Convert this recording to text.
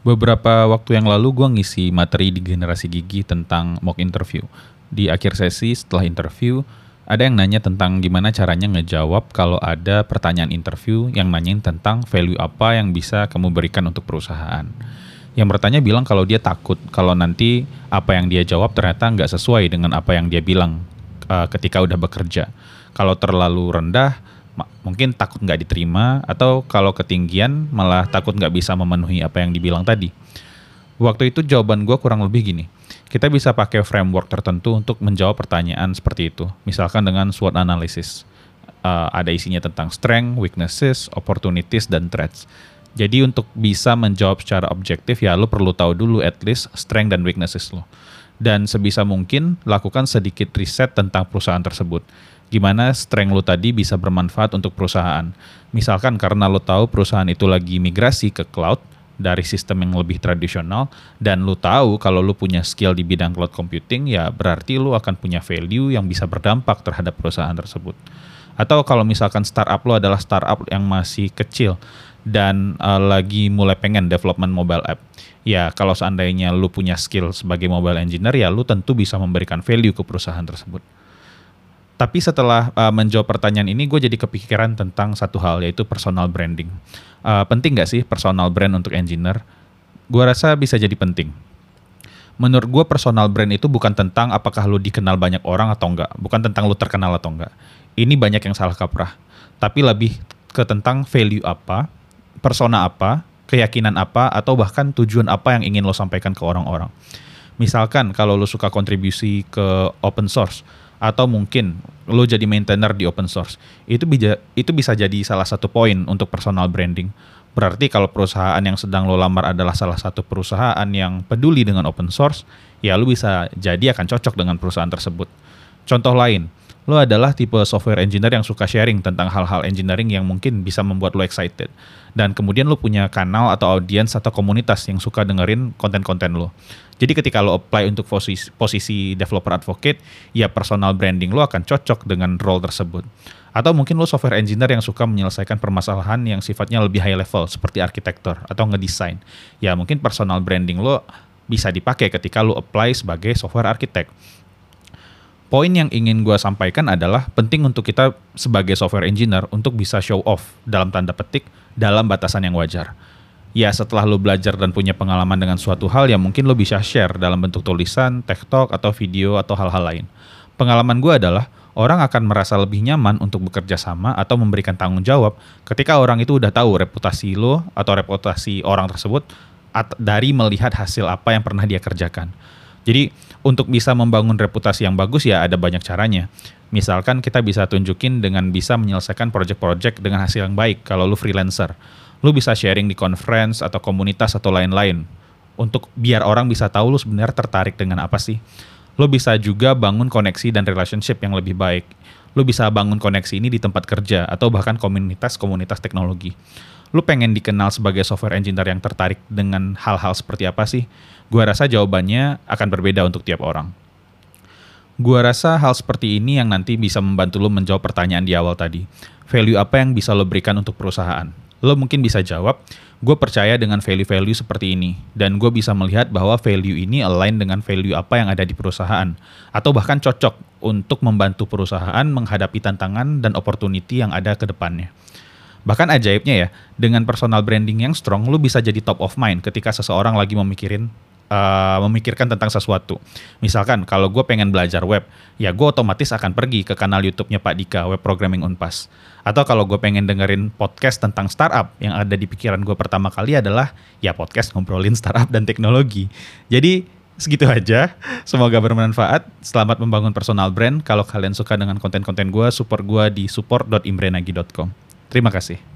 Beberapa waktu yang lalu gue ngisi materi di Generasi Gigi tentang mock interview. Di akhir sesi setelah interview, ada yang nanya tentang gimana caranya ngejawab kalau ada pertanyaan interview yang nanyain tentang value apa yang bisa kamu berikan untuk perusahaan. Yang bertanya bilang kalau dia takut kalau nanti apa yang dia jawab ternyata nggak sesuai dengan apa yang dia bilang ketika udah bekerja. Kalau terlalu rendah, mungkin takut nggak diterima, atau kalau ketinggian malah takut nggak bisa memenuhi apa yang dibilang tadi. Waktu itu jawaban gue kurang lebih gini, kita bisa pakai framework tertentu untuk menjawab pertanyaan seperti itu, misalkan dengan SWOT analysis. Ada isinya tentang strength, weaknesses, opportunities, dan threats. Jadi untuk bisa menjawab secara objektif ya lo perlu tahu dulu at least strength dan weaknesses lo. Dan sebisa mungkin lakukan sedikit riset tentang perusahaan tersebut. Gimana strength lo tadi bisa bermanfaat untuk perusahaan. Misalkan karena lo tahu perusahaan itu lagi migrasi ke cloud dari sistem yang lebih tradisional, dan lo tahu kalau lo punya skill di bidang cloud computing, ya berarti lo akan punya value yang bisa berdampak terhadap perusahaan tersebut. Atau kalau misalkan startup lo adalah startup yang masih kecil dan lagi mulai pengen development mobile app, ya kalau seandainya lo punya skill sebagai mobile engineer, ya lo tentu bisa memberikan value ke perusahaan tersebut. Tapi setelah menjawab pertanyaan ini, gue jadi kepikiran tentang satu hal, yaitu personal branding. Penting nggak sih personal brand untuk engineer? Gue rasa bisa jadi penting. Menurut gue personal brand itu bukan tentang apakah lu dikenal banyak orang atau enggak. Bukan tentang lu terkenal atau enggak. Ini banyak yang salah kaprah. Tapi lebih ke tentang value apa, persona apa, keyakinan apa, atau bahkan tujuan apa yang ingin lo sampaikan ke orang-orang. Misalkan kalau lo suka kontribusi ke open source, atau mungkin lo jadi maintainer di open source, itu bisa jadi salah satu poin untuk personal branding. Berarti kalau perusahaan yang sedang lo lamar adalah salah satu perusahaan yang peduli dengan open source, ya lo bisa jadi akan cocok dengan perusahaan tersebut. Contoh lain, lo adalah tipe software engineer yang suka sharing tentang hal-hal engineering yang mungkin bisa membuat lo excited. Dan kemudian lo punya kanal atau audiens atau komunitas yang suka dengerin konten-konten lo. Jadi ketika lo apply untuk posisi developer advocate, ya personal branding lo akan cocok dengan role tersebut. Atau mungkin lo software engineer yang suka menyelesaikan permasalahan yang sifatnya lebih high level seperti arsitektur atau ngedesain. Ya mungkin personal branding lo bisa dipakai ketika lo apply sebagai software architect. Poin yang ingin gue sampaikan adalah penting untuk kita sebagai software engineer untuk bisa show off dalam tanda petik dalam batasan yang wajar. Ya setelah lo belajar dan punya pengalaman dengan suatu hal, ya mungkin lo bisa share dalam bentuk tulisan, tech talk, atau video, atau hal-hal lain. Pengalaman gue adalah orang akan merasa lebih nyaman untuk bekerja sama atau memberikan tanggung jawab ketika orang itu udah tahu reputasi lo atau reputasi orang tersebut dari melihat hasil apa yang pernah dia kerjakan. Jadi untuk bisa membangun reputasi yang bagus ya ada banyak caranya. Misalkan kita bisa tunjukin dengan bisa menyelesaikan project-project dengan hasil yang baik kalau lu freelancer. Lu bisa sharing di conference atau komunitas atau lain-lain. Untuk biar orang bisa tahu lu sebenarnya tertarik dengan apa sih. Lu bisa juga bangun koneksi dan relationship yang lebih baik. Lu bisa bangun koneksi ini di tempat kerja atau bahkan komunitas-komunitas teknologi. Lu pengen dikenal sebagai software engineer yang tertarik dengan hal-hal seperti apa sih? Gua rasa jawabannya akan berbeda untuk tiap orang. Gua rasa hal seperti ini yang nanti bisa membantu lo menjawab pertanyaan di awal tadi. Value apa yang bisa lo berikan untuk perusahaan? Lo mungkin bisa jawab, gue percaya dengan value-value seperti ini. Dan gue bisa melihat bahwa value ini align dengan value apa yang ada di perusahaan. Atau bahkan cocok untuk membantu perusahaan menghadapi tantangan dan opportunity yang ada ke depannya. Bahkan ajaibnya ya, dengan personal branding yang strong, lo bisa jadi top of mind ketika seseorang lagi memikirkan tentang sesuatu. Misalkan kalau gue pengen belajar web, ya gue otomatis akan pergi ke kanal YouTube-nya Pak Dika, Web Programming Unpas. Atau kalau gue pengen dengerin podcast tentang startup, yang ada di pikiran gue pertama kali adalah ya podcast ngobrolin startup dan teknologi. Jadi segitu aja, semoga bermanfaat. Selamat membangun personal brand. Kalau kalian suka dengan konten-konten gue, support gue di support.imrenagi.com. Terima kasih.